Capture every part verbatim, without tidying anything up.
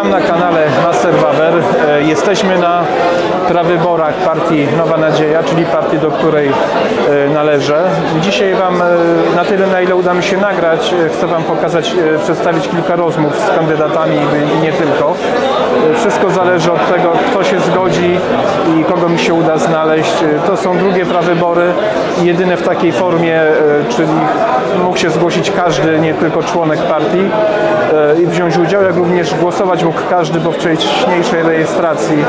Witam na kanale Master Waber. Jesteśmy na prawyborach partii Nowa Nadzieja, czyli partii, do której należę. Dzisiaj Wam, na tyle na ile uda mi się nagrać, chcę Wam pokazać, przedstawić kilka rozmów z kandydatami i nie tylko. Wszystko zależy od tego, kto się zgodzi i kogo mi się uda znaleźć. To są drugie prawybory, jedyne w takiej formie, czyli mógł się zgłosić każdy, nie tylko członek partii i wziąć udział, jak również głosować mógł każdy, bo w wcześniejszej rejestracji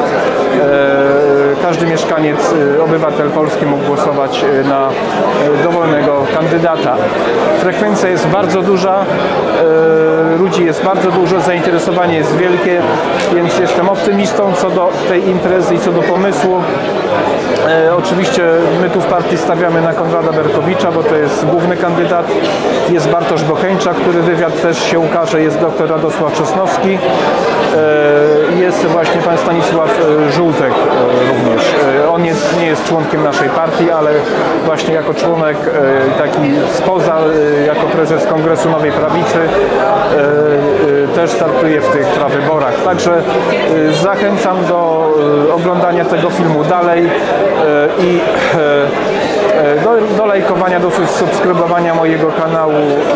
każdy mieszkaniec, obywatel Polski mógł głosować na dowolnego kandydata. Frekwencja jest bardzo duża, ludzi jest bardzo dużo, zainteresowanie jest wielkie, więc jestem optymistą co do tej imprezy i co do pomysłu. E, oczywiście my tu w partii stawiamy na Konrada Berkowicza, bo to jest główny kandydat. Jest Bartosz Bocheńczak, który wywiad też się ukaże, jest dr Radosław Czosnowski. E, jest właśnie pan Stanisław Żółtek e, również. E, on jest, nie jest członkiem naszej partii, ale właśnie jako członek e, taki spoza, e, jako prezes Kongresu Nowej Prawicy e, e, też startuje w tych prawyborach. Także e, zachęcam do e, oglądania tego filmu dalej i do, do lajkowania, do subskrybowania mojego kanału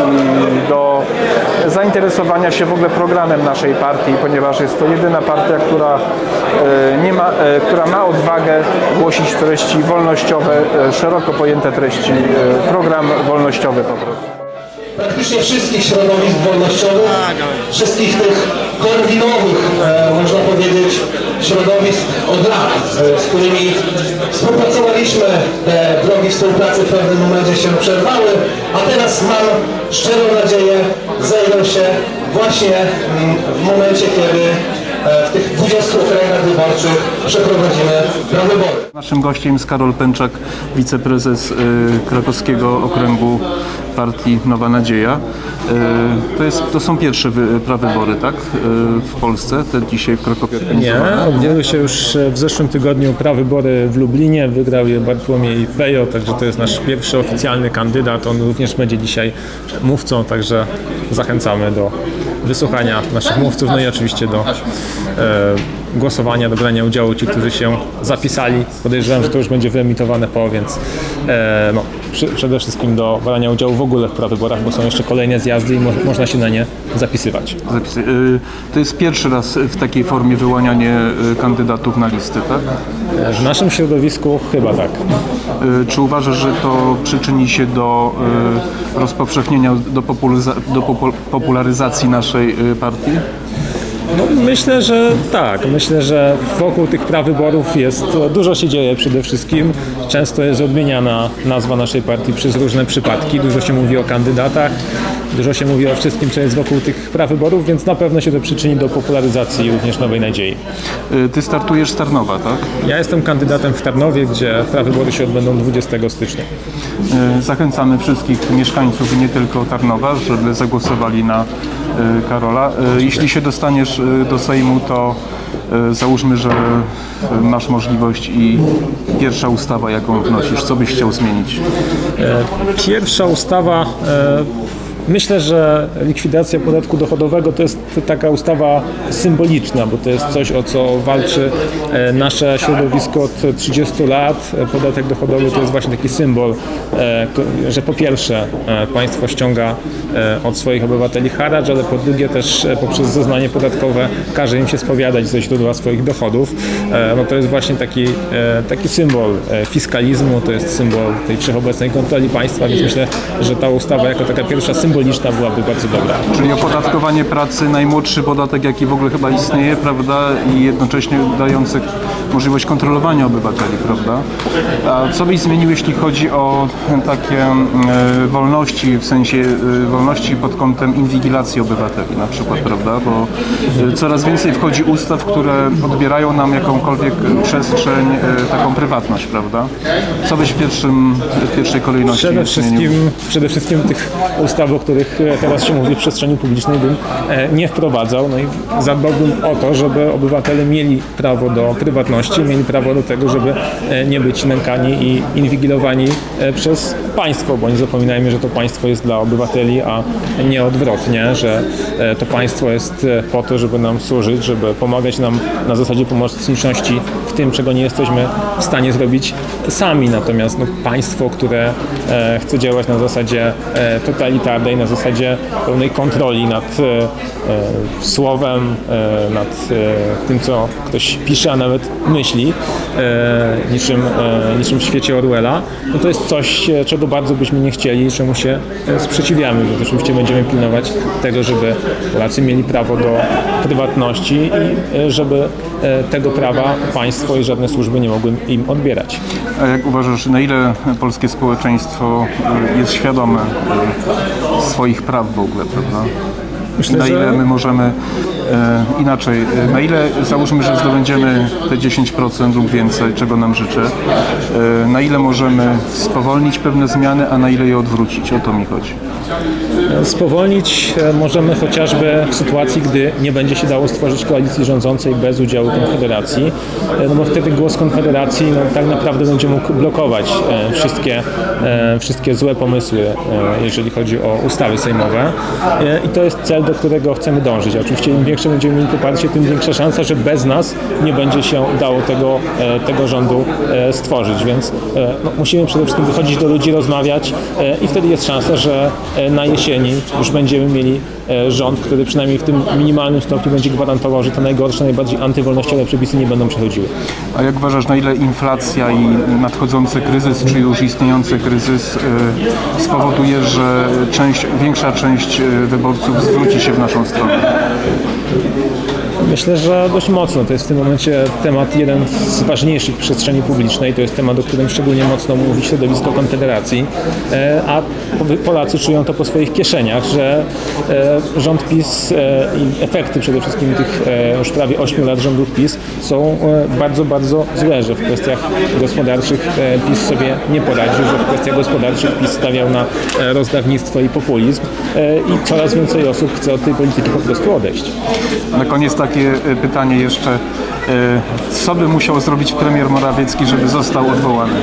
i do zainteresowania się w ogóle programem naszej partii, ponieważ jest to jedyna partia, która, nie ma, która ma odwagę głosić treści wolnościowe, szeroko pojęte treści, program wolnościowy po prostu. Praktycznie wszystkich środowisk wolnościowych, wszystkich tych korwinowych, e, można powiedzieć, środowisk od lat, e, z którymi współpracowaliśmy, te drogi współpracy w pewnym momencie się przerwały, a teraz mam szczerą nadzieję, zejdą się właśnie mm, w momencie, kiedy e, w tych dwudziestu okręgach wyborczych przeprowadzimy prawybory. Naszym gościem jest Karol Pęczak, wiceprezes y, krakowskiego okręgu partii Nowa Nadzieja. Y, to, jest, to są pierwsze wy, prawybory, tak? Y, w Polsce, te dzisiaj w Krakowie organizowane? Nie, odbyły się już w zeszłym tygodniu prawybory w Lublinie. Wygrał je Bartłomiej Pejo, także to jest nasz pierwszy oficjalny kandydat. On również będzie dzisiaj mówcą, także zachęcamy do wysłuchania naszych mówców, no i oczywiście do e, głosowania, do brania udziału ci, którzy się zapisali. Podejrzewam, że to już będzie wyemitowane po, więc e, no, przy, przede wszystkim do brania udziału w ogóle w prawyborach, bo są jeszcze kolejne zjazdy i mo można się na nie zapisywać. Zapisy. Y, to jest pierwszy raz w takiej formie wyłanianie kandydatów na listy, tak? W naszym środowisku chyba tak. Y, czy uważasz, że to przyczyni się do y, rozpowszechnienia, do, do popularyzacji naszej y, partii? No, myślę, że tak. Myślę, że wokół tych prawyborów jest, dużo się dzieje przede wszystkim. Często jest odmieniana nazwa naszej partii przez różne przypadki. Dużo się mówi o kandydatach, dużo się mówi o wszystkim, co jest wokół tych prawyborów, więc na pewno się to przyczyni do popularyzacji również Nowej Nadziei. Ty startujesz z Tarnowa, tak? Ja jestem kandydatem w Tarnowie, gdzie prawybory się odbędą dwudziestego stycznia. Zachęcamy wszystkich mieszkańców, nie tylko Tarnowa, żeby zagłosowali na Karola. Jeśli się dostaniesz do Sejmu, to załóżmy, że masz możliwość i pierwsza ustawa, jaką wnosisz, co byś chciał zmienić? Pierwsza ustawa, myślę, że likwidacja podatku dochodowego to jest taka ustawa symboliczna, bo to jest coś, o co walczy nasze środowisko od trzydziestu lat. Podatek dochodowy to jest właśnie taki symbol, że po pierwsze państwo ściąga od swoich obywateli haracz, ale po drugie też poprzez zeznanie podatkowe każe im się spowiadać ze źródła swoich dochodów. No to jest właśnie taki, taki symbol fiskalizmu, to jest symbol tej wszechobecnej kontroli państwa, więc myślę, że ta ustawa jako taka pierwsza symboliczna byłaby bardzo dobra. Czyli opodatkowanie pracy, najmłodszy podatek, jaki w ogóle chyba istnieje, prawda, i jednocześnie dający możliwość kontrolowania obywateli, prawda? A co byś zmienił, jeśli chodzi o takie e, wolności, w sensie e, wolności pod kątem inwigilacji obywateli na przykład, prawda? Bo e, coraz więcej wchodzi ustaw, które odbierają nam jakąkolwiek przestrzeń, e, taką prywatność, prawda? Co byś w, pierwszym, w pierwszej kolejności Przede wszystkim, przede wszystkim tych ustaw, o których teraz się mówi w przestrzeni publicznej, bym nie wprowadzał. No i zadbałbym o to, żeby obywatele mieli prawo do prywatności, mieli prawo do tego, żeby nie być nękani i inwigilowani przez państwo, bo nie zapominajmy, że to państwo jest dla obywateli, a nie odwrotnie, że to państwo jest po to, żeby nam służyć, żeby pomagać nam na zasadzie pomocniczności w tym, czego nie jesteśmy w stanie zrobić sami. Natomiast no, państwo, które e, chce działać na zasadzie e, totalitarnej, na zasadzie pełnej kontroli nad e, słowem, e, nad e, tym, co ktoś pisze, a nawet myśli, e, niczym, e, niczym w świecie Orwella, no to jest coś, czego bardzo byśmy nie chcieli, czemu się sprzeciwiamy, więc oczywiście będziemy pilnować tego, żeby Polacy mieli prawo do prywatności i żeby tego prawa państwo i żadne służby nie mogły im odbierać. A jak uważasz, na ile polskie społeczeństwo jest świadome swoich praw w ogóle, prawda? Myślę, na ile że... my możemy e, inaczej, e, na ile załóżmy, że zdobędziemy te dziesięć procent lub więcej, czego nam życzę, e, na ile możemy spowolnić pewne zmiany, a na ile je odwrócić? O to mi chodzi. Spowolnić możemy chociażby w sytuacji, gdy nie będzie się dało stworzyć koalicji rządzącej bez udziału Konfederacji, no bo wtedy głos Konfederacji no, tak naprawdę będzie mógł blokować wszystkie, wszystkie złe pomysły, jeżeli chodzi o ustawy sejmowe i to jest cel, do którego chcemy dążyć. Oczywiście im większe będziemy mieli poparcie, tym większa szansa, że bez nas nie będzie się dało tego, tego rządu stworzyć, więc no, musimy przede wszystkim wychodzić do ludzi, rozmawiać i wtedy jest szansa, że na jesieni już będziemy mieli rząd, który przynajmniej w tym minimalnym stopniu będzie gwarantował, że te najgorsze, najbardziej antywolnościowe przepisy nie będą przechodziły. A jak uważasz, na ile inflacja i nadchodzący kryzys, czy już istniejący kryzys yy, spowoduje, że część, większa część wyborców zwróci się w naszą stronę? Myślę, że dość mocno. To jest w tym momencie temat jeden z ważniejszych w przestrzeni publicznej. To jest temat, o którym szczególnie mocno mówi środowisko Konfederacji, a Polacy czują to po swoich kieszeniach, że rząd PiS i efekty przede wszystkim tych już prawie ośmiu lat rządów PiS są bardzo, bardzo złe, że w kwestiach gospodarczych PiS sobie nie poradził, że w kwestiach gospodarczych PiS stawiał na rozdawnictwo i populizm i coraz więcej osób chce od tej polityki po prostu odejść. Na koniec takie pytanie jeszcze. Co by musiał zrobić premier Morawiecki, żeby został odwołany?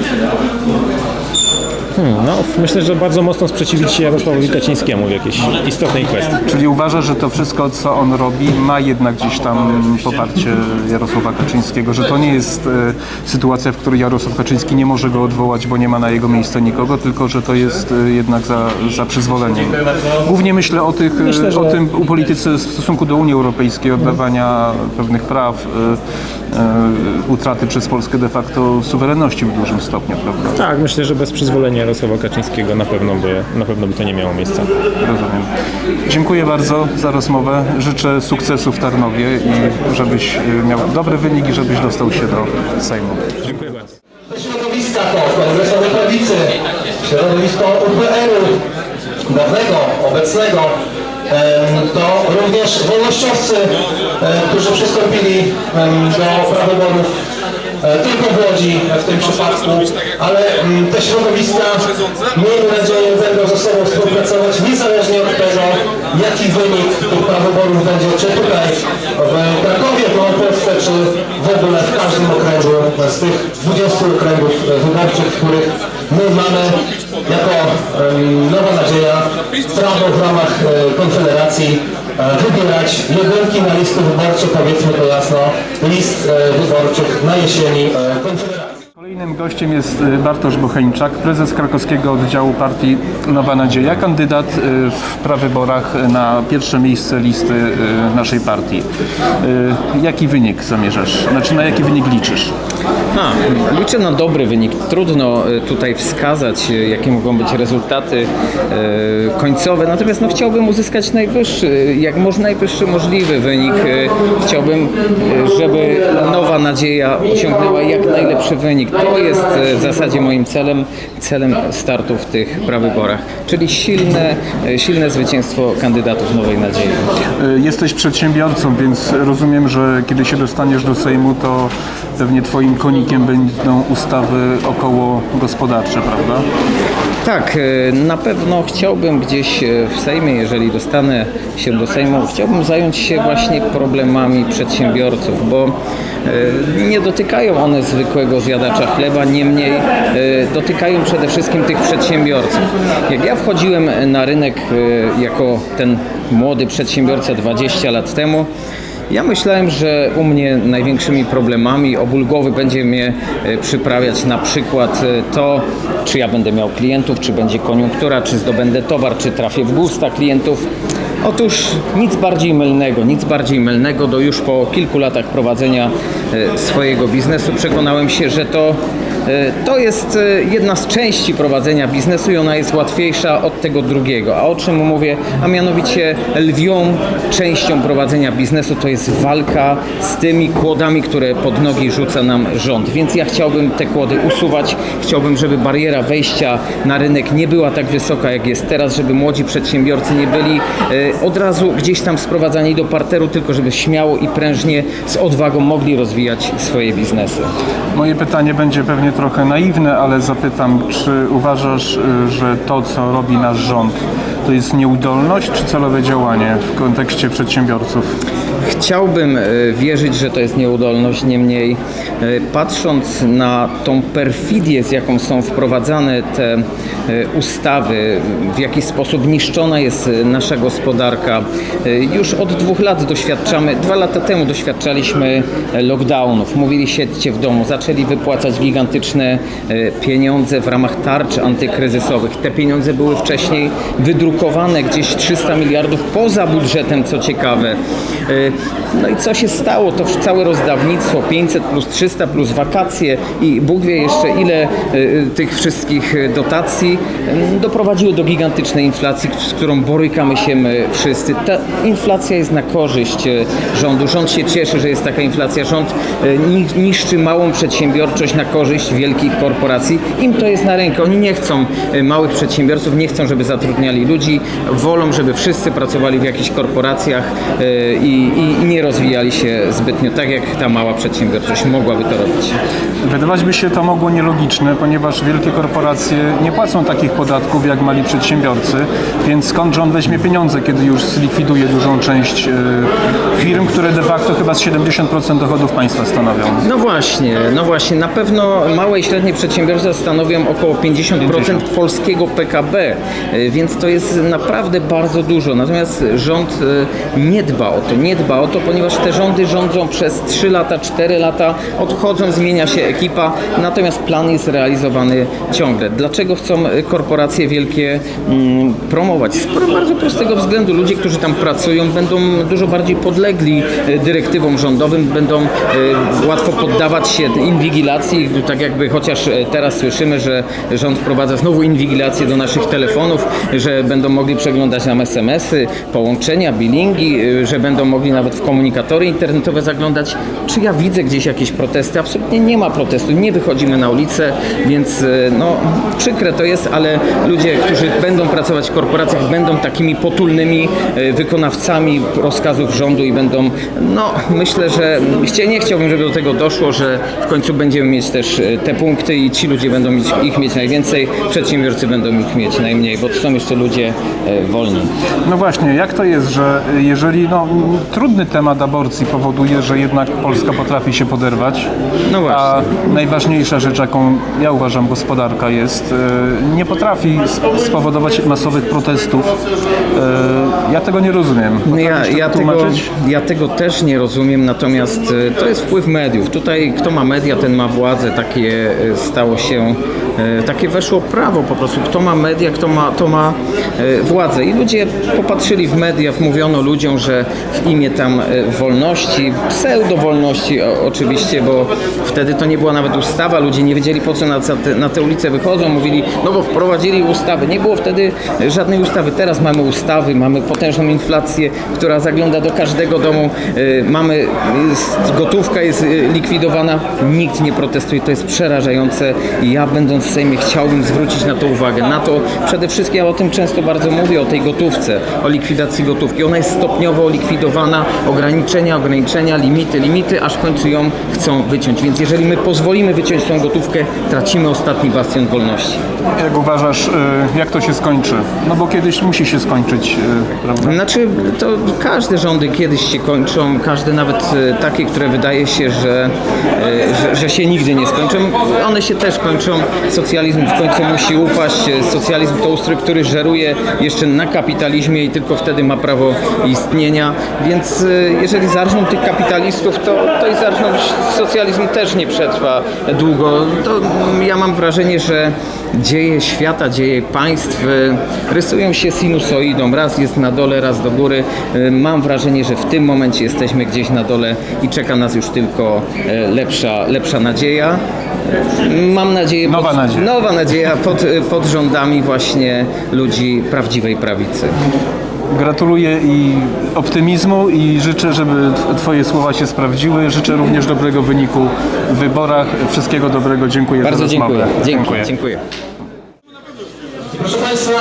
Hmm, no, myślę, że bardzo mocno sprzeciwić się Jarosławowi Kaczyńskiemu w jakiejś istotnej kwestii. Czyli uważa, że to wszystko, co on robi, ma jednak gdzieś tam poparcie Jarosława Kaczyńskiego, że to nie jest e, sytuacja, w której Jarosław Kaczyński nie może go odwołać, bo nie ma na jego miejsce nikogo, tylko że to jest e, jednak za, za przyzwoleniem. Głównie myślę o, tych, myślę, że... o tym u polityce w stosunku do Unii Europejskiej, oddawania pewnych praw, e, e, utraty przez Polskę de facto suwerenności w dużym stopniu, prawda? Tak, myślę, że bez przyzwolenia Jarosława Kaczyńskiego na pewno by, na pewno by to nie miało miejsca. Rozumiem. Dziękuję bardzo za rozmowę. Życzę sukcesu w Tarnowie i żebyś miał dobry wynik i żebyś dostał się do Sejmu. Dziękuję bardzo. Środowiska to Kongresowe Prawicy, środowisko U P R-u, dawnego, obecnego, to również wolnościowcy, którzy przystąpili do prawyborów tylko w Łodzi w tym przypadku, ale te środowiska, miejmy nadzieję, będą ze sobą współpracować niezależnie od tego, jaki wynik tych prawyborów będzie, czy tutaj w Krakowie, w Małopolsce, czy w ogóle w każdym okręgu z tych dwudziestu okręgów wyborczych, w których my mamy jako Nowa Nadzieja prawo w ramach Konfederacji wybierać jedynki na listy wyborcze, powiedzmy to jasno, list wyborczych na jesieni Konfederacji. Kolejnym gościem jest Bartosz Bocheńczak, prezes krakowskiego oddziału partii Nowa Nadzieja, kandydat w prawyborach na pierwsze miejsce listy naszej partii. Jaki wynik zamierzasz? Znaczy, na jaki wynik liczysz? A, liczę na dobry wynik. Trudno tutaj wskazać, jakie mogą być rezultaty e, końcowe, natomiast no, chciałbym uzyskać najwyższy, jak można najwyższy możliwy wynik. E, chciałbym, żeby Nowa Nadzieja osiągnęła jak najlepszy wynik. To jest w zasadzie moim celem, celem startu w tych prawyborach, czyli silne, silne zwycięstwo kandydatów Nowej Nadziei. Jesteś przedsiębiorcą, więc rozumiem, że kiedy się dostaniesz do Sejmu, to pewnie twoim takim konikiem będą ustawy okołogospodarcze, prawda? Tak, na pewno chciałbym gdzieś w Sejmie, jeżeli dostanę się do Sejmu, chciałbym zająć się właśnie problemami przedsiębiorców, bo nie dotykają one zwykłego zjadacza chleba, niemniej dotykają przede wszystkim tych przedsiębiorców. Jak ja wchodziłem na rynek jako ten młody przedsiębiorca dwadzieścia lat temu, ja myślałem, że u mnie największymi problemami o ból głowy będzie mnie przyprawiać na przykład to, czy ja będę miał klientów, czy będzie koniunktura, czy zdobędę towar, czy trafię w gusta klientów. Otóż nic bardziej mylnego, nic bardziej mylnego, do już po kilku latach prowadzenia swojego biznesu przekonałem się, że to To jest jedna z części prowadzenia biznesu i ona jest łatwiejsza od tego drugiego. A o czym mówię? A mianowicie lwią częścią prowadzenia biznesu to jest walka z tymi kłodami, które pod nogi rzuca nam rząd. Więc ja chciałbym te kłody usuwać. Chciałbym, żeby bariera wejścia na rynek nie była tak wysoka, jak jest teraz, żeby młodzi przedsiębiorcy nie byli od razu gdzieś tam sprowadzani do parteru, tylko żeby śmiało i prężnie, z odwagą mogli rozwijać swoje biznesy. Moje pytanie będzie pewnie trochę naiwne, ale zapytam, czy uważasz, że to, co robi nasz rząd, to jest nieudolność czy celowe działanie w kontekście przedsiębiorców? Chciałbym wierzyć, że to jest nieudolność, niemniej patrząc na tą perfidię, z jaką są wprowadzane te ustawy, w jaki sposób niszczona jest nasza gospodarka. Już od dwóch lat doświadczamy, dwa lata temu doświadczaliśmy lockdownów. Mówili siedźcie w domu, zaczęli wypłacać gigantyczne pieniądze w ramach tarcz antykryzysowych. Te pieniądze były wcześniej wydrukowane gdzieś trzysta miliardów poza budżetem, co ciekawe. No i co się stało? To całe rozdawnictwo pięćset plus trzysta plus wakacje i Bóg wie jeszcze ile tych wszystkich dotacji doprowadziło do gigantycznej inflacji, z którą borykamy się my wszyscy. Ta inflacja jest na korzyść rządu. Rząd się cieszy, że jest taka inflacja. Rząd niszczy małą przedsiębiorczość na korzyść wielkich korporacji. Im to jest na rękę. Oni nie chcą małych przedsiębiorców, nie chcą, żeby zatrudniali ludzi. Wolą, żeby wszyscy pracowali w jakichś korporacjach i, i nie rozwijali się zbytnio tak, jak ta mała przedsiębiorczość mogłaby to robić. Wydawać by się to mogło nielogiczne, ponieważ wielkie korporacje nie płacą takich podatków jak mali przedsiębiorcy, więc skąd rząd weźmie pieniądze, kiedy już zlikwiduje dużą część e, firm, które de facto chyba z siedemdziesiąt procent dochodów państwa stanowią? No właśnie, no właśnie. Na pewno małe i średnie przedsiębiorstwa stanowią około pięćdziesiąt procent polskiego P K B, więc to jest naprawdę bardzo dużo. Natomiast rząd nie dba o to, nie dba o to, ponieważ te rządy rządzą przez trzy lata, cztery lata, odchodzą, zmienia się ekipa, natomiast plan jest realizowany ciągle. Dlaczego chcą korporacje wielkie mm, promować? Z bardzo prostego względu. Ludzie, którzy tam pracują, będą dużo bardziej podlegli dyrektywom rządowym, będą y, łatwo poddawać się inwigilacji, tak jakby chociaż teraz słyszymy, że rząd wprowadza znowu inwigilację do naszych telefonów, że będą mogli przeglądać nam es em esy, połączenia, billingi, że będą mogli nawet w komunikatory internetowe zaglądać. Czy ja widzę gdzieś jakieś protesty? Absolutnie nie ma protestu, nie wychodzimy na ulicę, więc no przykre to jest, ale ludzie, którzy będą pracować w korporacjach, będą takimi potulnymi wykonawcami rozkazów rządu i będą, no myślę, że nie chciałbym, żeby do tego doszło, że w końcu będziemy mieć też te punkty i ci ludzie będą mieć, ich mieć najwięcej, przedsiębiorcy będą ich mieć najmniej, bo to są jeszcze ludzie wolni. No właśnie, jak to jest, że jeżeli no, trudny temat aborcji powoduje, że jednak Polska potrafi się poderwać, no właśnie. A najważniejsza rzecz, jaką ja uważam gospodarka jest, nie potrafi spowodować masowych protestów. Ja tego nie rozumiem. Ja, ja, tego, ja tego też nie rozumiem, natomiast to jest wpływ mediów. Tutaj kto ma media, ten ma władzę. Takie stało się, takie weszło prawo po prostu. Kto ma media, kto ma, to ma władzę. I ludzie popatrzyli w media, mówiono ludziom, że w imię tam wolności, pseudo-wolności oczywiście, bo wtedy to nie była nawet ustawa, ludzie nie wiedzieli, po co na te, na te ulice wychodzą, mówili, no bo wprowadzili ustawy. Nie było wtedy żadnej ustawy. Teraz mamy ustawy, mamy pod potężną inflację, która zagląda do każdego domu. Mamy, jest, gotówka jest likwidowana, nikt nie protestuje, to jest przerażające i ja będąc w Sejmie chciałbym zwrócić na to uwagę. Na to przede wszystkim, ja o tym często bardzo mówię, o tej gotówce, o likwidacji gotówki. Ona jest stopniowo likwidowana, ograniczenia, ograniczenia, limity, limity, aż w końcu ją chcą wyciąć. Więc jeżeli my pozwolimy wyciąć tą gotówkę, tracimy ostatni bastion wolności. Jak uważasz, jak to się skończy? No bo kiedyś musi się skończyć, prawda? Znaczy, to każde rządy kiedyś się kończą, każde nawet takie, które wydaje się, że, że, że się nigdy nie skończą. One się też kończą. Socjalizm w końcu musi upaść. Socjalizm to ustrój, który żeruje jeszcze na kapitalizmie i tylko wtedy ma prawo istnienia. Więc jeżeli zarżną tych kapitalistów, to, to i zarżną socjalizm też nie przetrwa długo. To ja mam wrażenie, że dzieje świata, dzieje państw rysują się sinusoidą. Raz jest na dole, raz do góry. Mam wrażenie, że w tym momencie jesteśmy gdzieś na dole i czeka nas już tylko lepsza, lepsza nadzieja. Mam nadzieję, Nowa pod, nadzieja. Nowa nadzieja pod, pod rządami właśnie ludzi prawdziwej prawicy. Gratuluję i optymizmu i życzę, żeby Twoje słowa się sprawdziły. Życzę również dobrego wyniku w wyborach. Wszystkiego dobrego. Dziękuję Bardzo za rozmowę. dziękuję. Dziękuję. dziękuję. Proszę Państwa,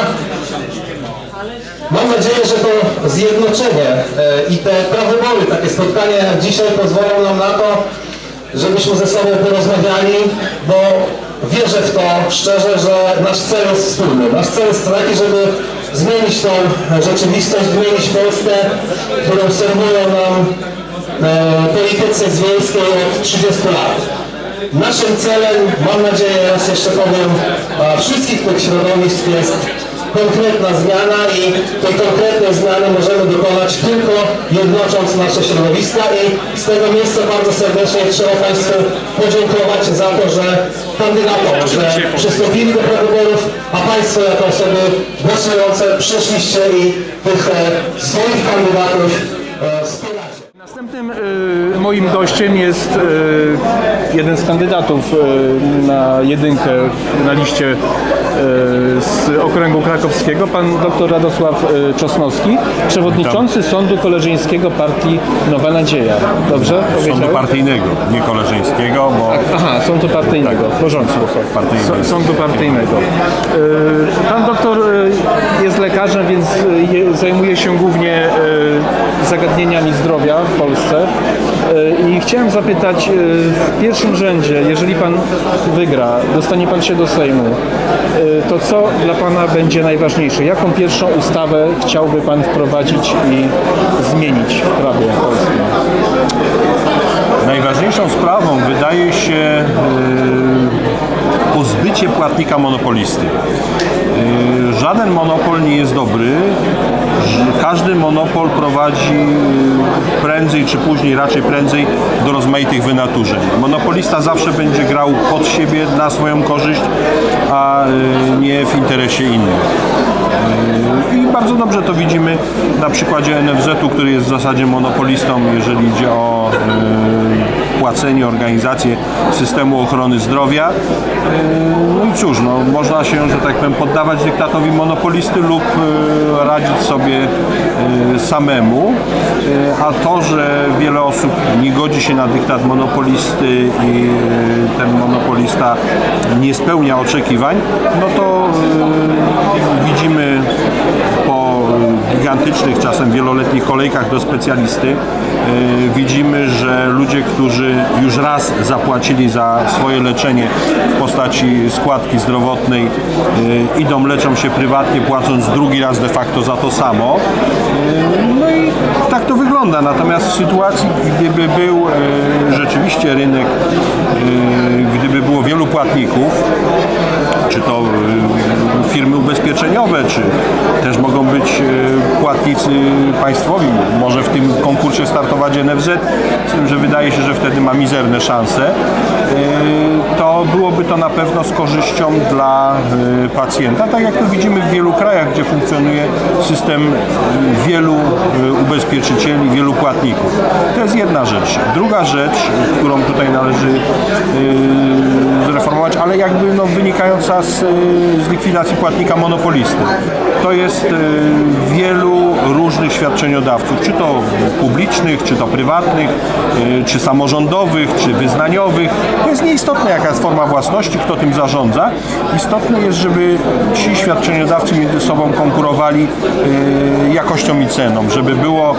mam nadzieję, że to zjednoczenie e, i te prawybory, takie spotkania jak dzisiaj pozwolą nam na to, żebyśmy ze sobą porozmawiali, bo wierzę w to szczerze, że nasz cel jest wspólny. Nasz cel jest taki, żeby zmienić tą rzeczywistość, zmienić Polskę, którą serwują nam e, politycy z wiejskiej od trzydziestu lat. Naszym celem, mam nadzieję, raz jeszcze powiem, wszystkich tych środowisk jest konkretna zmiana i tej konkretnej zmiany możemy dokonać tylko jednocząc nasze środowiska i z tego miejsca bardzo serdecznie trzeba Państwu podziękować za to, że kandydatom, że przystąpili do prawyborów, a Państwo jako osoby głosujące przyszliście i tych e, swoich kandydatów e, wspieracie. Następnym y, moim gościem jest y, jeden z kandydatów y, na jedynkę w- na liście y, z okręgu krakowskiego, pan dr Radosław y, Czosnowski, przewodniczący Sądu Koleżyńskiego Partii Nowa Nadzieja. Dobrze Sądu powiedziałem? partyjnego, nie koleżeńskiego, bo Aha, sądu partyjnego, w porządku. partyjnego. S- Sądu partyjnego. Y, Pan doktor y, jest lekarzem, więc y, je- zajmuje się głównie y, zagadnieniami zdrowia w Polsce. Y, I chciałem zapytać y, w pierwszym rzędzie, jeżeli pan wygra, dostanie pan się do Sejmu, y, to co dla pana będzie najważniejsze? Jaką pierwszą ustawę chciałby pan wprowadzić i zmienić w prawie polskim? Najważniejszą sprawą wydaje się e, pozbycie płatnika monopolisty. E, żaden monopol nie jest dobry. Ż- Każdy monopol prowadzi prędzej czy później, raczej prędzej, do rozmaitych wynaturzeń. Monopolista zawsze będzie grał pod siebie na swoją korzyść, a e, nie w interesie innych. I bardzo dobrze to widzimy na przykładzie N F Z-u, który jest w zasadzie monopolistą, jeżeli idzie o e, płacenie, organizację systemu ochrony zdrowia. E, no i cóż, no, można się, że tak powiem, poddawać dyktatowi monopolisty lub e, radzić sobie e, samemu. E, a to, że wiele osób nie godzi się na dyktat monopolisty i e, ten monopolista nie spełnia oczekiwań, no to e, widzimy po gigantycznych, czasem wieloletnich kolejkach do specjalisty, yy, widzimy, że ludzie, którzy już raz zapłacili za swoje leczenie w postaci składki zdrowotnej, yy, idą, leczą się prywatnie, płacąc drugi raz de facto za to samo. Yy, no i tak to wygląda. Natomiast w sytuacji, gdyby był yy, rzeczywiście rynek, yy, gdyby było wielu płatników, czy to y, firmy ubezpieczeniowe, czy też mogą być y, płatnicy państwowi. Może w tym konkursie startować N F Z, z tym, że wydaje się, że wtedy ma mizerne szanse. Y, to byłoby to na pewno z korzyścią dla y, pacjenta, tak jak to widzimy w wielu krajach, gdzie funkcjonuje system y, wielu y, ubezpieczycieli, wielu płatników. To jest jedna rzecz. Druga rzecz, którą tutaj należy y, zreformować, ale jakby no, wynikająca z, z likwidacji płatnika monopolisty. To jest y, wielu różnych świadczeniodawców, czy to publicznych, czy to prywatnych, czy samorządowych, czy wyznaniowych. To jest nieistotne, jaka jest forma własności, kto tym zarządza. Istotne jest, żeby ci świadczeniodawcy między sobą konkurowali jakością i ceną, żeby było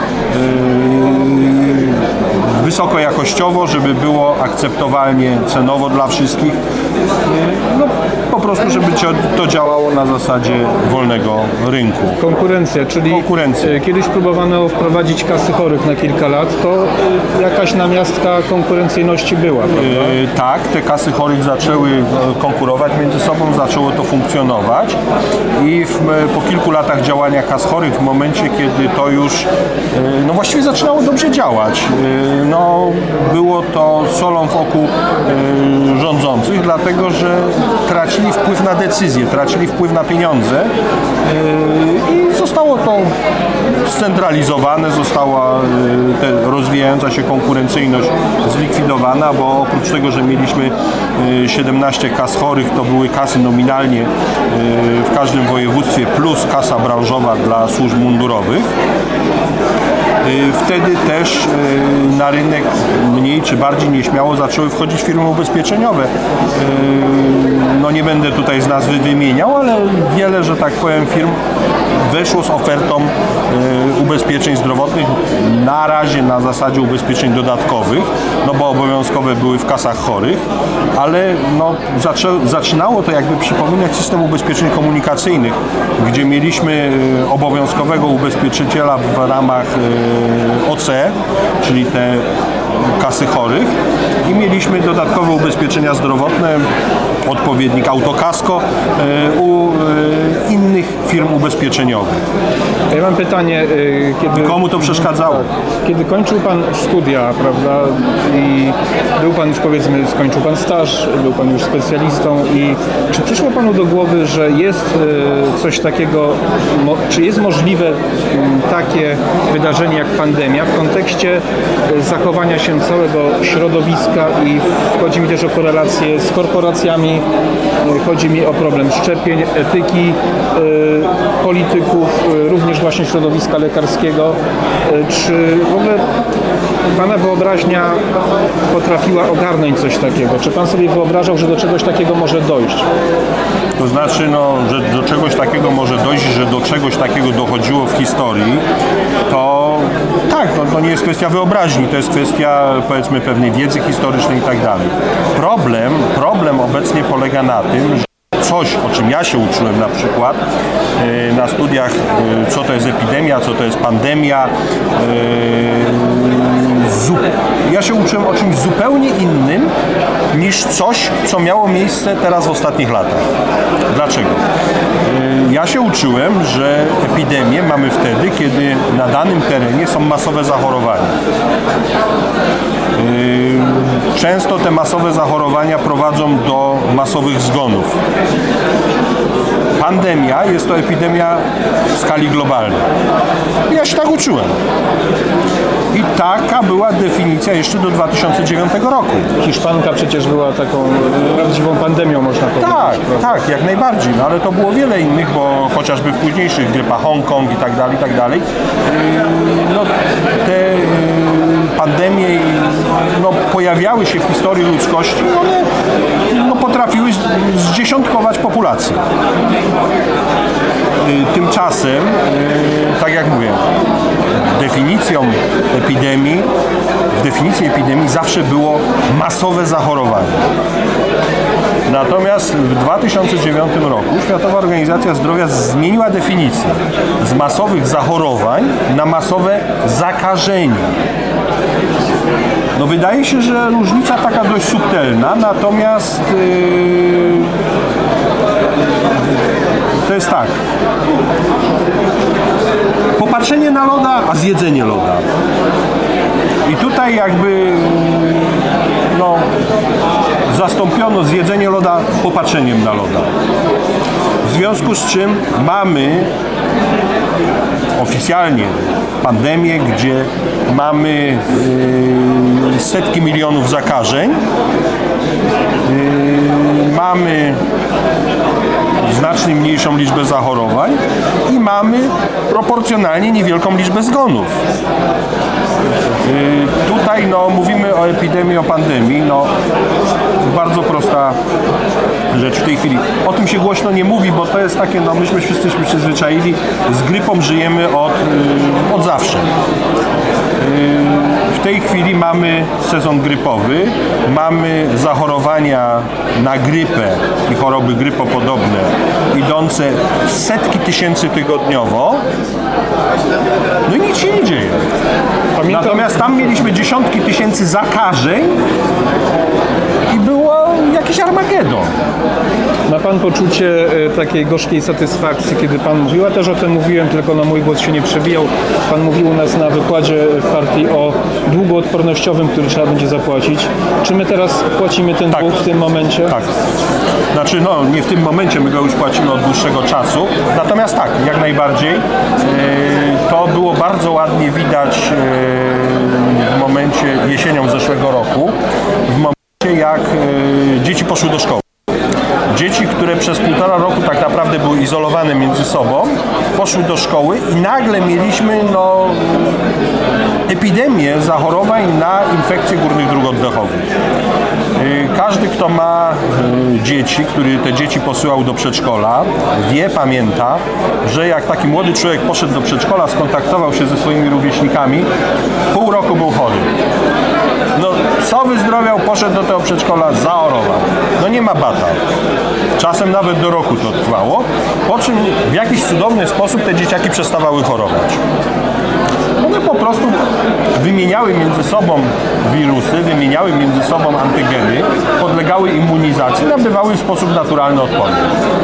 wysoko jakościowo, żeby było akceptowalnie cenowo dla wszystkich. No, po prostu, żeby to działało na zasadzie wolnego rynku. Konkurencja, czyli Konkurencja. kiedyś próbowano wprowadzić kasy chorych na kilka lat, to jakaś namiastka konkurencyjności była, prawda? Yy, tak, te kasy chorych zaczęły konkurować między sobą, zaczęło to funkcjonować i w, po kilku latach działania kas chorych, w momencie, kiedy to już yy, no właściwie zaczynało dobrze działać, yy, no było to solą w oku yy, rządzących, dlatego że tracili wpływ na decyzje, tracili wpływ na pieniądze yy, i zostało to scentralizowane, została yy, te rozwijająca się konkurencyjność zlikwidowana, bo oprócz tego, że mieliśmy siedemnaście kas chorych, to były kasy nominalnie w każdym województwie plus kasa branżowa dla służb mundurowych. Wtedy też na rynek mniej czy bardziej nieśmiało zaczęły wchodzić firmy ubezpieczeniowe. No nie będę tutaj z nazwy wymieniał, ale wiele, że tak powiem, firm weszło z ofertą ubezpieczeń zdrowotnych na razie na zasadzie ubezpieczeń dodatkowych, no bo obowiązkowe były w kasach chorych, ale no, zaczę, zaczynało to jakby przypominać system ubezpieczeń komunikacyjnych, gdzie mieliśmy obowiązkowego ubezpieczyciela w ramach O C, czyli te kasy chorych, i mieliśmy dodatkowe ubezpieczenia zdrowotne, odpowiednik autokasko u innych firm ubezpieczeniowych. Ja mam pytanie, kiedy... Komu to przeszkadzało? Kiedy kończył Pan studia, prawda, i był Pan już, powiedzmy, skończył Pan staż, był Pan już specjalistą, i czy przyszło Panu do głowy, że jest coś takiego, czy jest możliwe takie wydarzenie jak pandemia w kontekście zachowania się całego środowiska, i chodzi mi też o korelację z korporacjami, chodzi mi o problem szczepień, etyki polityków, również właśnie środowiska lekarskiego. Czy w ogóle Pana wyobraźnia potrafiła ogarnąć coś takiego? Czy Pan sobie wyobrażał, że do czegoś takiego może dojść? To znaczy, no, że do czegoś takiego może dojść, że do czegoś takiego dochodziło w historii, to tak, no, to nie jest kwestia wyobraźni, to jest kwestia, powiedzmy, pewnej wiedzy historycznej i tak dalej. Problem, problem obecnie polega na tym, że coś, o czym ja się uczyłem na przykład na studiach, co to jest epidemia, co to jest pandemia. Ja się uczyłem o czymś zupełnie innym niż coś, co miało miejsce teraz w ostatnich latach. Dlaczego? Ja się uczyłem, że epidemię mamy wtedy, kiedy na danym terenie są masowe zachorowania. Często te masowe zachorowania prowadzą do masowych zgonów. Pandemia jest to epidemia w skali globalnej. Ja się tak uczyłem. I taka była definicja jeszcze do dwa tysiące dziewiątego roku. Hiszpanka przecież była taką prawdziwą pandemią, można powiedzieć. Tak, prawda? tak, jak najbardziej, no ale to było wiele innych, bo chociażby w późniejszych, grypa Hongkong i tak dalej, i tak dalej, no te pandemie no, pojawiały się w historii ludzkości, one no, potrafiły zdziesiątkować populację. Tymczasem, tak jak mówię, definicją epidemii, w definicji epidemii zawsze było masowe zachorowanie. Natomiast w dwa tysiące dziewiątym roku Światowa Organizacja Zdrowia zmieniła definicję z masowych zachorowań na masowe zakażenia. No wydaje się, że różnica taka dość subtelna, natomiast yy, to jest tak. Popatrzenie na loda, a zjedzenie loda. I tutaj jakby no, zastąpiono zjedzenie loda popatrzeniem na loda. W związku z czym mamy oficjalnie pandemię, gdzie mamy yy, setki milionów zakażeń, yy, mamy znacznie mniejszą liczbę zachorowań i mamy proporcjonalnie niewielką liczbę zgonów. Yy, tutaj no, mówimy o epidemii, o pandemii. No, bardzo prosta rzecz w tej chwili. O tym się głośno nie mówi, bo to jest takie, no myśmy wszyscy się przyzwyczaili, z grypą żyjemy od, yy, od zawsze. Yy, w tej chwili mamy sezon grypowy, mamy zachorowania na grypę i choroby grypopodobne idące w setki tysięcy tygodniowo, no i nic się nie dzieje. Pamiętam... Natomiast tam mieliśmy dziesiątki tysięcy zakażeń i było jakiś Armagedon. Ma Pan poczucie e, takiej gorzkiej satysfakcji, kiedy Pan mówił, a też o tym mówiłem, tylko na mój głos się nie przebijał. Pan mówił u nas na wykładzie w partii o długu odpornościowym, który trzeba będzie zapłacić. Czy my teraz płacimy ten Tak. dług w tym momencie? Tak. Znaczy, no nie w tym momencie, my go już płacimy od dłuższego czasu. Natomiast tak, jak najbardziej. E, to było bardzo ładnie widać e, w momencie jesienią zeszłego roku, w momencie jak e, dzieci poszły do szkoły. Dzieci, które przez półtora roku tak naprawdę były izolowane między sobą, poszły do szkoły i nagle mieliśmy no, epidemię zachorowań na infekcje górnych dróg oddechowych. Każdy, kto ma dzieci, który te dzieci posyłał do przedszkola, wie, pamięta, że jak taki młody człowiek poszedł do przedszkola, skontaktował się ze swoimi rówieśnikami, pół roku był chory. No, co wyzdrowiał, poszedł do tego przedszkola, zachorował. No nie ma bata. Czasem nawet do roku to trwało, po czym w jakiś cudowny sposób te dzieciaki przestawały chorować. One po prostu wymieniały między sobą wirusy, wymieniały między sobą antygeny, podlegały immunizacji, nabywały w sposób naturalny odporność.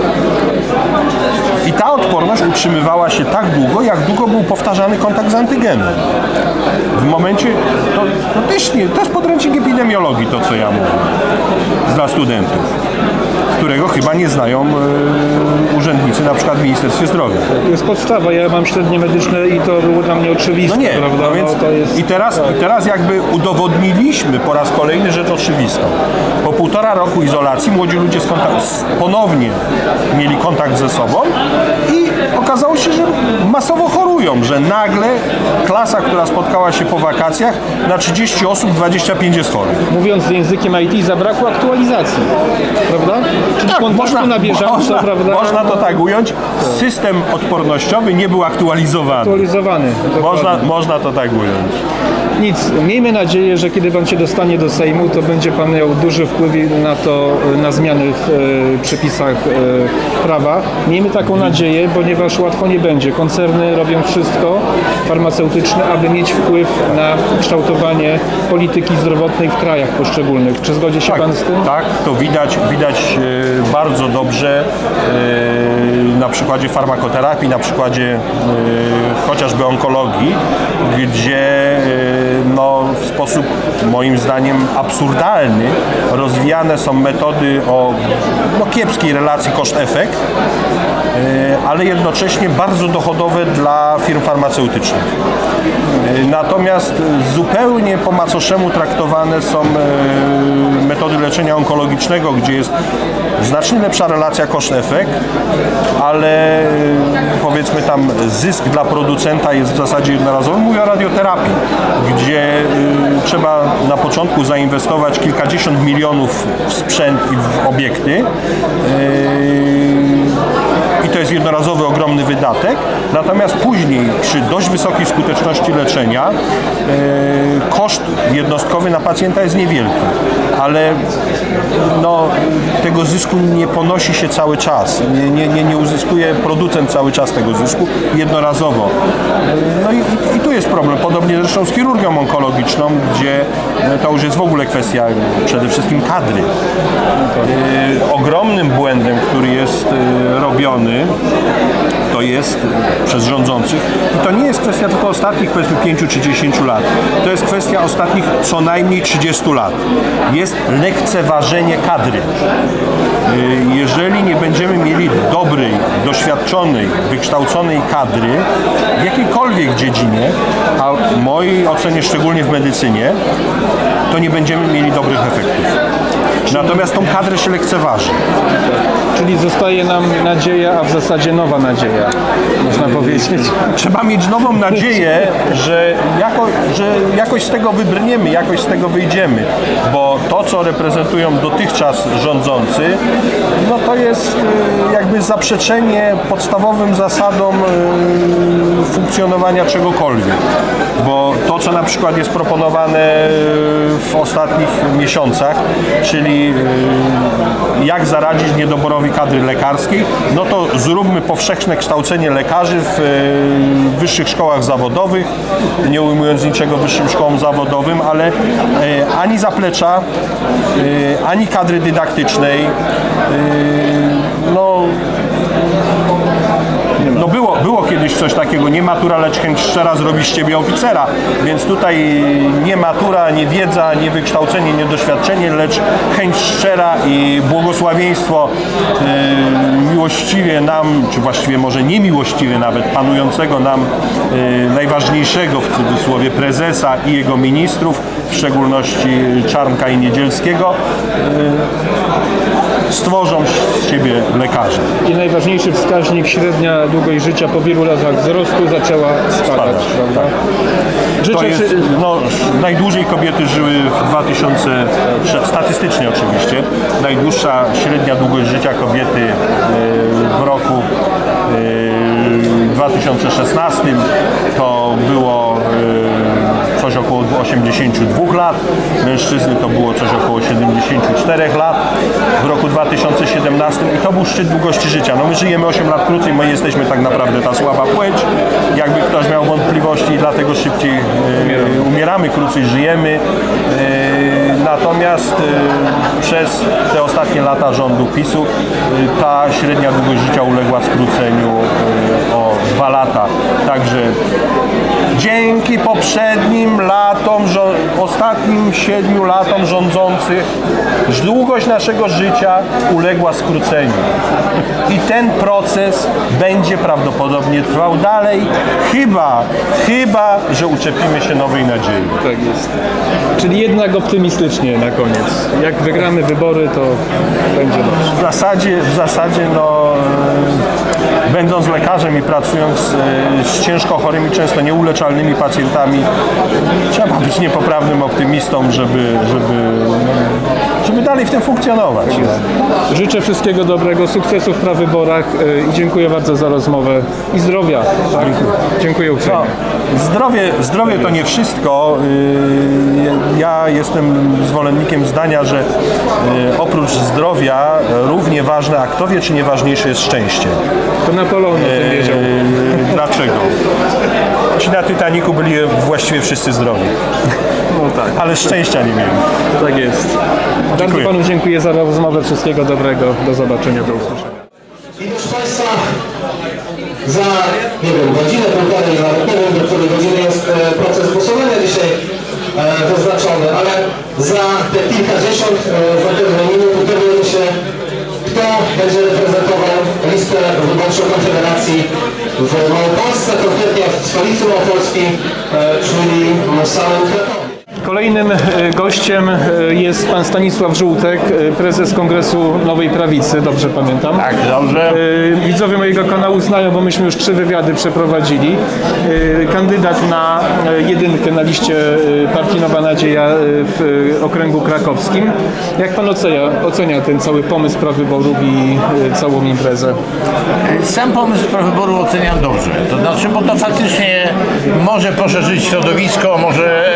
I ta odporność utrzymywała się tak długo, jak długo był powtarzany kontakt z antygenem. W momencie, to, to też nie, to jest podręcznik epidemiologii, to co ja mówię, dla studentów, którego chyba nie znają y, urzędnicy, na przykład w Ministerstwie Zdrowia. To jest podstawa, ja mam średnie medyczne i to było dla mnie oczywiste, No nie, prawda? no więc no to jest... i, teraz, i teraz jakby udowodniliśmy po raz kolejny rzecz oczywistą. Po półtora roku izolacji młodzi ludzie skontakt- ponownie mieli kontakt ze sobą i okazało się, że masowo chorują, że nagle klasa, która spotkała się po wakacjach, na trzydzieści osób dwadzieścia pięć jest chorych. Mówiąc językiem I T, zabrakło aktualizacji, prawda? Czyli Tak, kontaktu można, na bieżąco, można, prawda? można to tak ująć. System odpornościowy nie był aktualizowany. Aktualizowany. Można, dokładnie. można to tak ująć. Nic, miejmy nadzieję, że kiedy Pan się dostanie do Sejmu, to będzie Pan miał duży wpływ na to, na zmiany w e, przepisach e, prawa. Miejmy taką nadzieję, ponieważ łatwo nie będzie. Koncerny robią wszystko farmaceutyczne, aby mieć wpływ na kształtowanie polityki zdrowotnej w krajach poszczególnych. Czy zgodzi się Tak, Pan z tym? tak, to widać, widać e, bardzo dobrze e, na przykładzie farmakoterapii, na przykładzie e, chociażby onkologii, gdzie e, no, w sposób moim zdaniem absurdalny rozwijane są metody o no, kiepskiej relacji koszt-efekt, e, ale jednocześnie bardzo dochodowe dla firm farmaceutycznych. E, natomiast zupełnie po macoszemu traktowane są e, metody leczenia onkologicznego, gdzie jest znacznie lepsza relacja koszt-efekt, ale e, powiedzmy tam zysk dla producenta jest w zasadzie jednorazowy. Mówię o radioterapii, gdzie e, trzeba na początku zainwestować kilkadziesiąt milionów w sprzęt i w obiekty. I to jest jednorazowy, ogromny wydatek. Natomiast później, przy dość wysokiej skuteczności leczenia, e, koszt jednostkowy na pacjenta jest niewielki. Ale no, tego zysku nie ponosi się cały czas. Nie, nie, nie, nie uzyskuje producent cały czas tego zysku jednorazowo. No i, i, i tu jest problem. Podobnie zresztą z chirurgią onkologiczną, gdzie to już jest w ogóle kwestia przede wszystkim kadry. E, ogromnym błędem, który jest e, robiony, to jest przez rządzących i to nie jest kwestia tylko ostatnich powiedzmy pięciu czy dziesięciu lat. To jest kwestia ostatnich co najmniej trzydziestu lat. Jest lekceważenie kadry. Jeżeli nie będziemy mieli dobrej, doświadczonej, wykształconej kadry w jakiejkolwiek dziedzinie, a w mojej ocenie szczególnie w medycynie, to nie będziemy mieli dobrych efektów. Natomiast tą kadrę się lekceważy. Czyli zostaje nam nadzieja, a w zasadzie nowa nadzieja, można powiedzieć. Trzeba mieć nową nadzieję, że, jako, że jakoś z tego wybrniemy, jakoś z tego wyjdziemy, bo to, co reprezentują dotychczas rządzący, no to jest jakby zaprzeczenie podstawowym zasadom funkcjonowania czegokolwiek, bo to, co na przykład jest proponowane w ostatnich miesiącach, czyli jak zaradzić niedoborowi kadry lekarskiej, no to zróbmy powszechne kształcenie lekarzy w wyższych szkołach zawodowych, nie ujmując niczego wyższym szkołom zawodowym, ale ani zaplecza, ani kadry dydaktycznej, no No było, było kiedyś coś takiego, nie matura, lecz chęć szczera zrobi z ciebie oficera, więc tutaj nie matura, nie wiedza, nie wykształcenie, nie doświadczenie, lecz chęć szczera i błogosławieństwo yy, miłościwie nam, czy właściwie może niemiłościwie nawet, panującego nam yy, najważniejszego w cudzysłowie prezesa i jego ministrów, w szczególności Czarnka i Niedzielskiego, yy, stworzą z siebie lekarze. I najważniejszy wskaźnik, średnia długość życia po wielu latach wzrostu zaczęła spadać, Spadać, prawda? tak. Życzę To jest, przy... no, najdłużej kobiety żyły w dwa tysiące, statystycznie oczywiście, najdłuższa średnia długość życia kobiety w roku dwa tysiące szesnastym to było coś około osiemdziesiąt dwa lat, mężczyzny to było coś około siedemdziesiąt cztery lat w roku dwa tysiące siedemnastym i to był szczyt długości życia. No my żyjemy osiem lat krócej, my jesteśmy tak naprawdę ta słaba płeć, jakby ktoś miał wątpliwości i dlatego szybciej e, umieramy, krócej żyjemy. E, natomiast e, przez te ostatnie lata rządu PiSu e, ta średnia długość życia uległa skróceniu e, o dwa lata. Także dzięki poprzednim latom, ostatnim siedmiu latom rządzących, długość naszego życia uległa skróceniu. I ten proces będzie prawdopodobnie trwał dalej, chyba, chyba, że uczepimy się nowej nadziei. Tak jest. Czyli jednak optymistycznie na koniec. Jak wygramy wybory, to będzie dobrze. W zasadzie, w zasadzie no, będąc lekarzem i pracując z ciężko chorymi, często nieuleczalnymi pacjentami, trzeba być niepoprawnym optymistą, żeby, żeby, żeby dalej w tym funkcjonować. Życzę wszystkiego dobrego, sukcesów na wyborach i dziękuję bardzo za rozmowę i zdrowia. Tak? Dziękuję uprzejmie. No, zdrowie, zdrowie to nie wszystko. Ja jestem zwolennikiem zdania, że oprócz zdrowia równie ważne, a kto wie, czy nieważniejsze jest szczęście. To Napoleon o tym wiedział. Dlaczego? Ci na Titanicu byli właściwie wszyscy zdrowi. No tak. Ale szczęścia nie mieli. Tak jest. Bardzo Dziękuję. panu dziękuję za rozmowę. Wszystkiego dobrego. Do zobaczenia, do usłyszenia. I proszę Państwa, za, nie wiem, godzinę, półtorej, nawet nie wiem, do której godziny jest e, proces głosowania dzisiaj e, wyznaczony, ale za te kilkadziesiąt, e, za te minut dowiemy się, kto będzie reprezentował listę wyborczą Konfederacji w Małopolsce, konkretnie w stolicy Małopolskiej, e, czyli w samym Krakowie. Kolejnym e, gościem e, jest pan Stanisław Żółtek, e, prezes Kongresu Nowej Prawicy, dobrze pamiętam? Tak, dobrze. E, Widzowie mojego kanału znają, bo myśmy już trzy wywiady przeprowadzili. E, Kandydat na e, jedynkę na liście e, Partii Nowa Nadzieja e, w e, okręgu krakowskim. Jak pan ocenia, ocenia ten cały pomysł prawyborów i e, całą imprezę? Sam pomysł prawyboru oceniam dobrze. To znaczy, bo to faktycznie może poszerzyć środowisko, może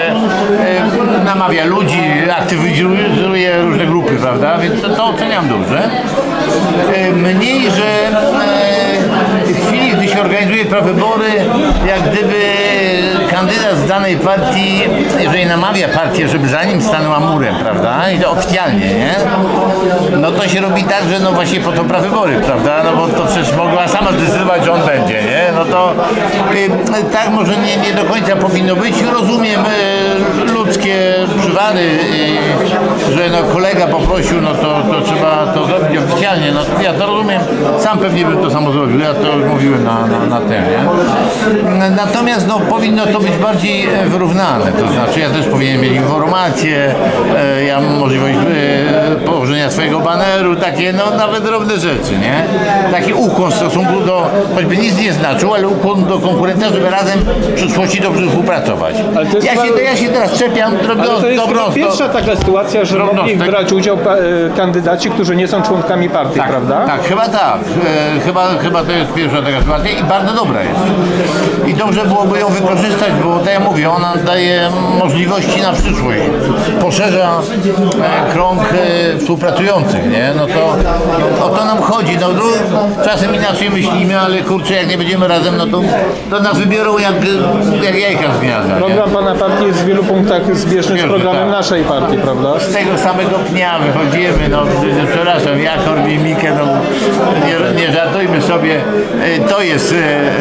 e, e, namawia ludzi, aktywizuje różne grupy, prawda? Więc to, to oceniam dobrze. E, mniej, że e, w chwili, gdy się organizuje prawybory, jak gdyby kandydat z danej partii, jeżeli namawia partię, żeby za nim stanęła murem, prawda? I to oficjalnie, nie? No to się robi tak, że no właśnie po to prawybory, prawda? No bo to przecież mogła sama zdecydować, że on będzie, nie? No to y, tak może nie, nie do końca powinno być. Rozumiem y, ludzkie przywary, y, że no kolega poprosił, no to, to trzeba to zrobić oficjalnie. No, ja to rozumiem, sam pewnie bym to samo zrobił, ja to już mówiłem na, na, na tym, nie? Natomiast no, powinno to być bardziej wyrównane, to znaczy ja też powinien mieć informacje, e, ja mam możliwość e, położenia swojego baneru, takie no nawet drobne rzeczy, nie? Taki ukłon w stosunku do, choćby nic nie znaczył, ale ukłon do konkurenta, żeby razem w przyszłości dobrze współpracować. Ja się, ja się teraz czepiam, Ale to jest dobrą, pierwsza taka sytuacja, że mogli drobnostek. brać udział pa- e, kandydaci, którzy nie są członkami partii, tak, prawda? Tak, chyba tak. E, chyba, chyba to jest pierwsza taka sytuacja i bardzo dobra jest. I dobrze byłoby ją wykorzystać, bo tak jak mówię, ona daje możliwości na przyszłość. Poszerza e, krąg e, współpracujących, nie? No to o to nam chodzi. No, czasem inaczej myślimy, ale kurczę, jak nie będziemy razem, no to, to nas wybiorą jak, jak jajka z gniazda. Nie? Program pana partii jest w wielu punktach zbieżny z Zbieżny, programem tak. naszej partii, prawda? Z tego samego pnia wychodzimy, no przepraszam, ja Korwin-Mikke, no nie, nie żartujmy sobie, e, to jest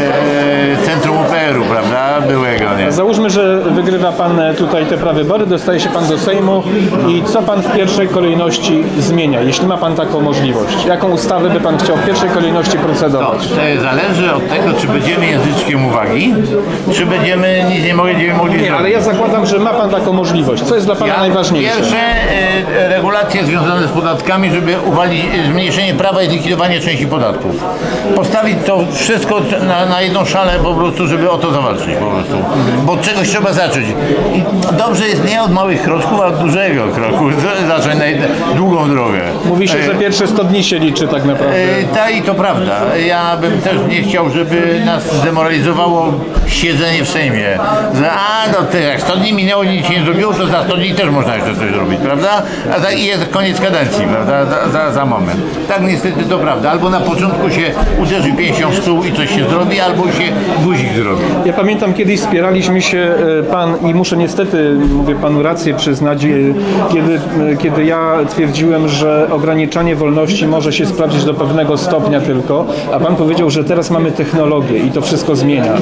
e, e, centrum U P R u, prawda, byłego, nie? Załóżmy, że wygrywa pan tutaj te prawybory, dostaje się pan do Sejmu i co pan w pierwszej kolejności zmienia, jeśli ma pan taką możliwość? Jaką ustawę by pan chciał w pierwszej kolejności To, procedować? to zależy od tego, czy będziemy języczkiem uwagi, czy będziemy nic nie będziemy mogli Nie, ale zrobić. ja zakładam, że ma pan taką możliwość. Co jest dla pana Ja- najważniejsze? Pierwsze e, regulacje związane z podatkami, żeby uwalić e, zmniejszenie prawa i zlikwidowanie części podatków. Postawić to wszystko na, na jedną szalę po prostu, żeby o to zawalczyć po prostu. Bo od czegoś trzeba zacząć. I dobrze jest nie od małych kroczków, a od dużego kroku z- zacząć na jedną, długą drogę. Mówi się, że pierwsze sto dni się liczy tak naprawdę. E, Tak i to prawda. Ja bym też nie chciał, żeby nas zdemoralizowało siedzenie w Sejmie. Że a, no to jak sto dni minęło, nic się nie zrobiło, to za sto dni też można jeszcze coś zrobić, prawda? A za, i jest koniec kadencji, prawda? Za, za, za moment. Tak niestety to prawda. Albo na początku się uderzy pięścią w stół i coś się zrobi, albo się guzik zrobi. Ja pamiętam, kiedyś spieraliśmy się e, pan i muszę niestety, mówię panu rację przyznać, e, kiedy, e, kiedy ja twierdziłem, że ograniczanie wolności może się sprawdzić do pewnego stopnia tylko, a pan powiedział, że teraz mamy technologię i to wszystko zmienia.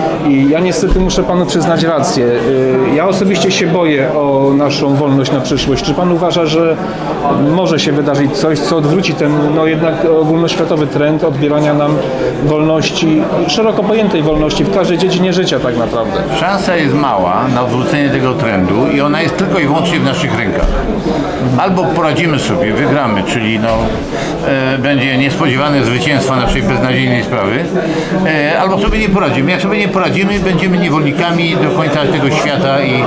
I ja niestety muszę panu przyznać rację. E, Ja osobiście się boję o naszą wolność na przyszłość. Czy pan uważa, że może się wydarzyć coś, co odwróci ten no jednak ogólnoświatowy trend odbierania nam wolności, szeroko pojętej wolności w każdej dziedzinie życia tak naprawdę? Szansa jest mała na odwrócenie tego trendu i ona jest tylko i wyłącznie w naszych rękach. Albo poradzimy sobie, wygramy, czyli no, e, będzie niespodziewane zwycięstwo naszej beznadziejnej sprawy, e, albo sobie nie poradzimy. Jak sobie nie poradzimy, będziemy niewolnikami do końca tego świata i,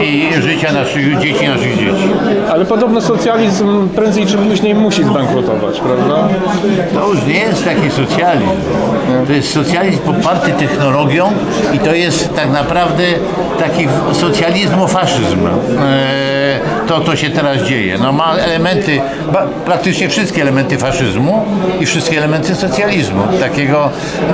i życia naszych dzieci, naszych dzieci. Ale podobno socjalizm prędzej czy później musi zbankrutować, prawda? To już nie jest taki socjalizm. To jest socjalizm poparty technologią i to jest tak naprawdę taki socjalizmofaszyzm. E, to, co się teraz dzieje. No ma elementy, ba, praktycznie wszystkie elementy faszyzmu i wszystkie elementy socjalizmu. Takiego,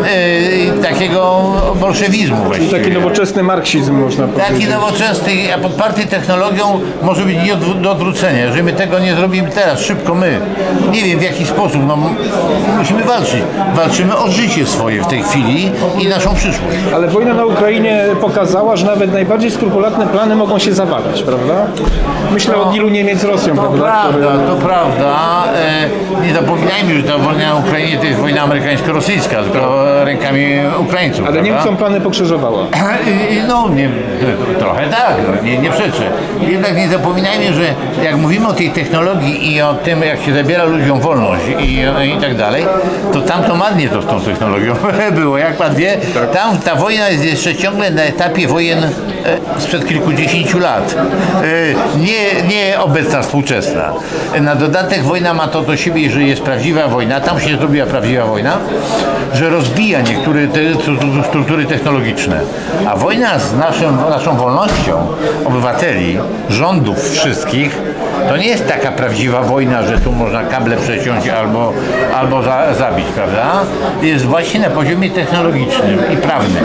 e, takiego bolszewizmu I właściwie. taki nowoczesny marksizm można Taki powiedzieć. nowoczesny, a podparty technologią może być nie odw- do odwrócenia. Jeżeli my tego nie zrobimy teraz, szybko my, nie wiem w jaki sposób, no m- musimy walczyć. Walczymy o życie swoje w tej chwili i naszą przyszłość. Ale wojna na Ukrainie pokazała, że nawet najbardziej skrupulatne plany mogą się zawalać, prawda? Myślę o dealu Niemiec z Rosją, To prawda? prawda, Który- to prawda. E, nie zapominajmy, że ta wojna na Ukrainie to jest wojna amerykańsko-rosyjska, tylko rękami Ukraińców. Ale prawda? Niemcom plany pokrzyżowała. I- No, nie, trochę tak, no, nie, nie przeczę. Jednak nie zapominajmy, że jak mówimy o tej technologii i o tym, jak się zabiera ludziom wolność i, i tak dalej, to tam to marnie to z tą technologią było. Jak pan wie, tam ta wojna jest jeszcze ciągle na etapie wojen e, sprzed kilkudziesięciu lat. E, nie, nie obecna, współczesna. Na dodatek wojna ma to do siebie, że jest prawdziwa wojna, tam się zrobiła prawdziwa wojna, że rozbija niektóre te struktury technologiczne. A wojna z naszym, naszą wolnością obywateli, rządów wszystkich, to nie jest taka prawdziwa wojna, że tu można kable przeciąć albo, albo za, zabić, prawda? Jest właśnie na poziomie technologicznym i prawnym.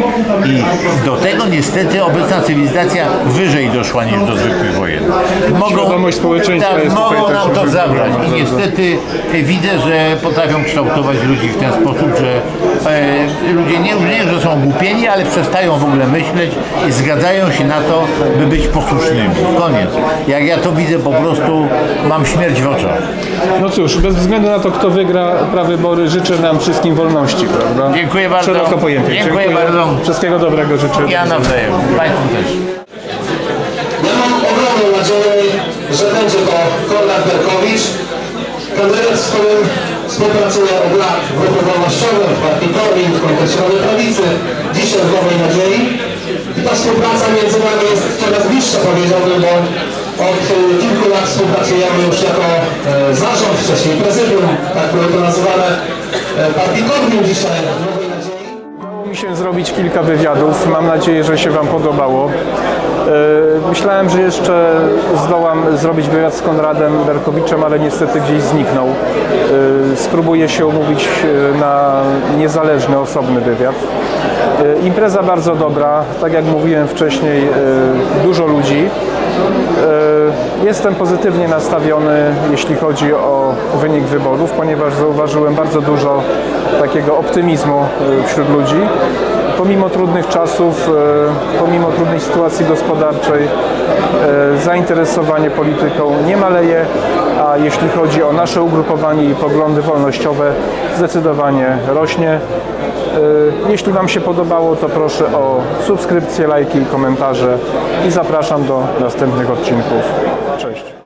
I do tego niestety obecna cywilizacja wyżej doszła niż do zwykłych wojen. Świadomość społeczeństwa tak, jest tutaj mogą też nam to ogromna. zabrać. I niestety e, widzę, że potrafią kształtować ludzi w ten sposób, że e, ludzie nie, nie, że są głupieni, ale przestają w ogóle myśleć i zgadzają się na to, by być posłusznymi. Koniec. Jak ja to widzę po prostu mam śmierć w oczach. No cóż, bez względu na to, kto wygra prawybory, życzę nam wszystkim wolności, prawda? Dziękuję bardzo. Szeroko pojęte. Dziękuję bardzo. Wszystkiego dobrego życzę. Ja nawzajem. Państwu też. Ja mam ogromną nadzieję, że będzie to Konrad Berkowicz, kandydat, z którym współpracuję od lat w ruchu wolnościowym, w partii Korwin, w kontekście Nowej Prawicy, dzisiaj w Nowej Nadziei. I ta współpraca między nami jest coraz bliższa, powiedziałbym, bo od y, kilku lat współpracujemy już jako e, zarząd, wcześniej prezydium, tak były to nazywane, e, partii Korwin, dzisiaj w Nowej Nadziei. Udało mi się zrobić kilka wywiadów. Mam nadzieję, że się Wam podobało. E, Myślałem, że jeszcze zdołam zrobić wywiad z Konradem Berkowiczem, ale niestety gdzieś zniknął. E, Spróbuję się umówić e, na niezależny, osobny wywiad. E, Impreza bardzo dobra, tak jak mówiłem wcześniej, e, dużo ludzi. E, Jestem pozytywnie nastawiony, jeśli chodzi o wynik wyborów, ponieważ zauważyłem bardzo dużo takiego optymizmu e, wśród ludzi. Pomimo trudnych czasów, e, pomimo trudnej sytuacji gospodarczej, e, zainteresowanie polityką nie maleje, a jeśli chodzi o nasze ugrupowanie i poglądy wolnościowe, zdecydowanie rośnie. E, Jeśli Wam się podobało, to proszę o subskrypcje, lajki i komentarze i zapraszam do następnych odcinków. Cześć!